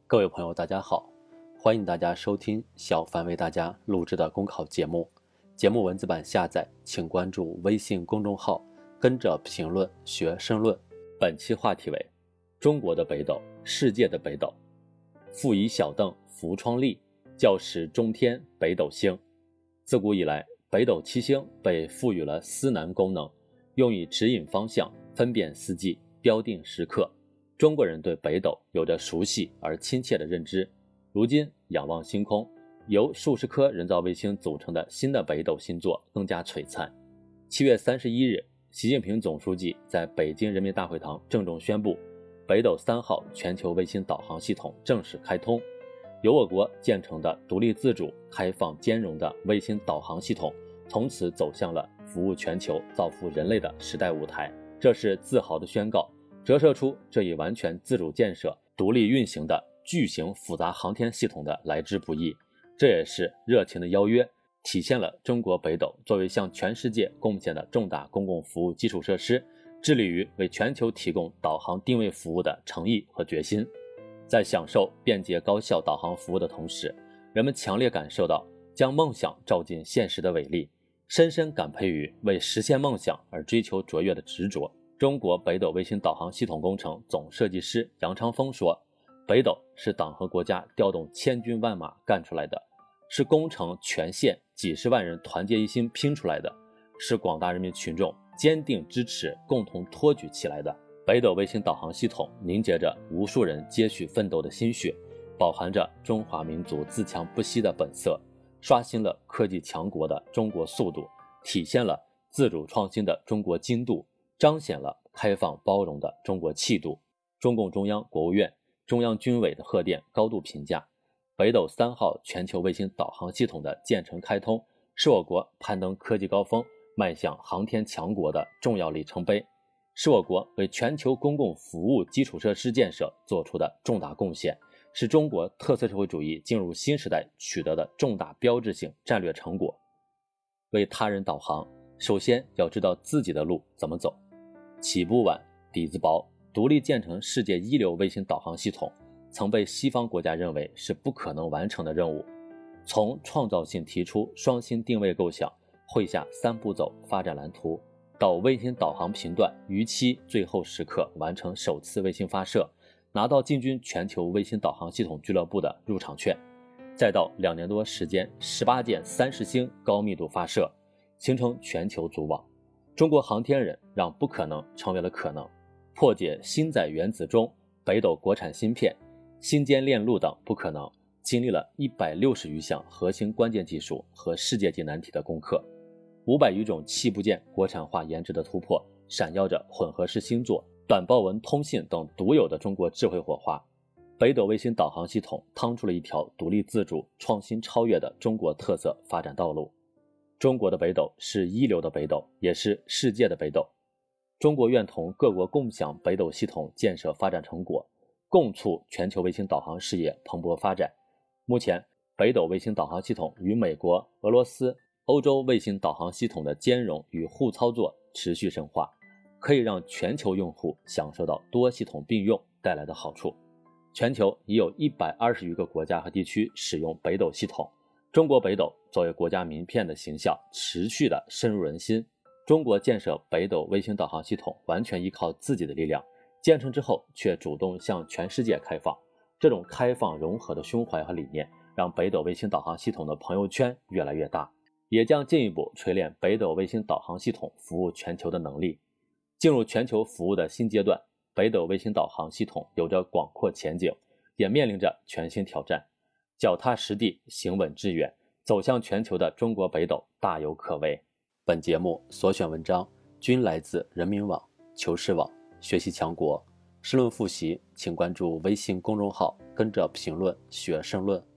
各位朋友大家好，欢迎大家收听小凡为大家录制的公考节目。节目文字版下载请关注微信公众号，跟着评论学申论。本期话题为中国的北斗，世界的北斗。复以小邓扶窗立，教时中天北斗星。自古以来，北斗七星被赋予了司南功能，用以指引方向，分辨四季，标定时刻。中国人对北斗有着熟悉而亲切的认知。如今仰望星空，由数十颗人造卫星组成的新的北斗星座更加璀璨。7月31日，习近平总书记在北京人民大会堂郑重宣布，北斗3号全球卫星导航系统正式开通。由我国建成的独立自主、开放兼容的卫星导航系统从此走向了服务全球、造福人类的时代舞台。这是自豪的宣告，折射出这一完全自主建设、独立运行的巨型复杂航天系统的来之不易。这也是热情的邀约，体现了中国北斗作为向全世界贡献的重大公共服务基础设施，致力于为全球提供导航定位服务的诚意和决心。在享受便捷高效导航服务的同时，人们强烈感受到将梦想照进现实的伟力，深深感佩于为实现梦想而追求卓越的执着。中国北斗卫星导航系统工程总设计师杨长峰说，北斗是党和国家调动千军万马干出来的，是工程全县几十万人团结一心拼出来的，是广大人民群众坚定支持共同托举起来的。北斗卫星导航系统凝结着无数人接续奋斗的心血，饱含着中华民族自强不息的本色，刷新了科技强国的中国速度，体现了自主创新的中国精度，彰显了开放包容的中国气度。中共中央、国务院、中央军委的贺电高度评价，北斗3号全球卫星导航系统的建成开通，是我国攀登科技高峰、迈向航天强国的重要里程碑，是我国为全球公共服务基础设施建设做出的重大贡献，是中国特色社会主义进入新时代取得的重大标志性战略成果。为他人导航，首先要知道自己的路怎么走。起步晚，底子薄，独立建成世界一流卫星导航系统曾被西方国家认为是不可能完成的任务。从创造性提出双星定位构想，绘下3步走发展蓝图，到卫星导航频段逾期最后时刻完成首次卫星发射，拿到进军全球卫星导航系统俱乐部的入场券，再到2年多时间18件30星高密度发射，形成全球组网。中国航天人让不可能成为了可能，破解星载原子钟、北斗国产芯片、星间链路等不可能，经历了160余项核心关键技术和世界级难题的攻克，500余种器部件国产化研制的突破，闪耀着混合式星座、短报文通信等独有的中国智慧火花。北斗卫星导航系统趟出了一条独立自主、创新超越的中国特色发展道路。中国的北斗是一流的北斗，也是世界的北斗。中国愿同各国共享北斗系统建设发展成果，共促全球卫星导航事业蓬勃发展。目前，北斗卫星导航系统与美国、俄罗斯、欧洲卫星导航系统的兼容与互操作持续深化，可以让全球用户享受到多系统并用带来的好处。全球已有120余个国家和地区使用北斗系统，中国北斗作为国家名片的形象持续的深入人心。中国建设北斗卫星导航系统完全依靠自己的力量，建成之后却主动向全世界开放。这种开放融合的胸怀和理念，让北斗卫星导航系统的朋友圈越来越大，也将进一步锤炼北斗卫星导航系统服务全球的能力。进入全球服务的新阶段，北斗卫星导航系统有着广阔前景，也面临着全新挑战。脚踏实地，行稳致远，走向全球的中国北斗大有可为。本节目所选文章均来自人民网、求是网、学习强国。申论复习请关注微信公众号，跟着评论学申论。